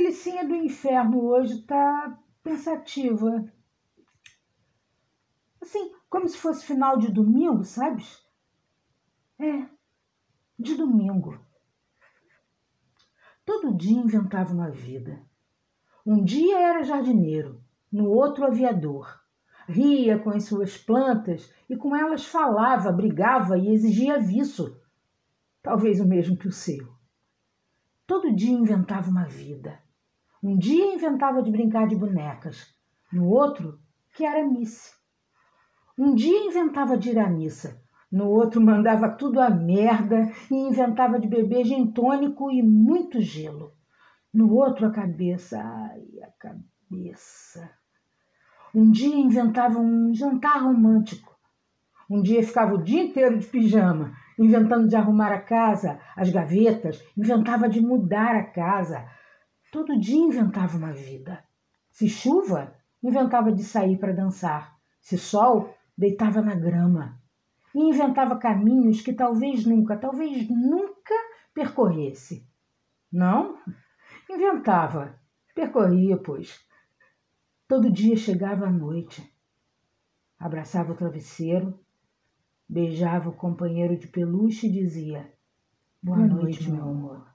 Felicinha do inferno hoje tá pensativa. Assim, como se fosse final de domingo, sabes? É, de domingo. Todo dia inventava uma vida. Um dia era jardineiro, no outro aviador. Ria com as suas plantas e com elas falava, brigava e exigia viço. Talvez o mesmo que o seu. Todo dia inventava uma vida. Um dia inventava de brincar de bonecas, no outro que era missa. Um dia inventava de ir à missa, no outro mandava tudo a merda e inventava de beber gin tônico e muito gelo. No outro a cabeça, ai, a cabeça. Um dia inventava um jantar romântico. Um dia ficava o dia inteiro de pijama, inventando de arrumar a casa, as gavetas, inventava de mudar a casa. Todo dia inventava uma vida. Se chuva, inventava de sair para dançar. Se sol, deitava na grama. E inventava caminhos que talvez nunca percorresse. Não? Inventava. Percorria, pois. Todo dia chegava à noite. Abraçava o travesseiro, beijava o companheiro de peluche e dizia: Boa noite, meu amor.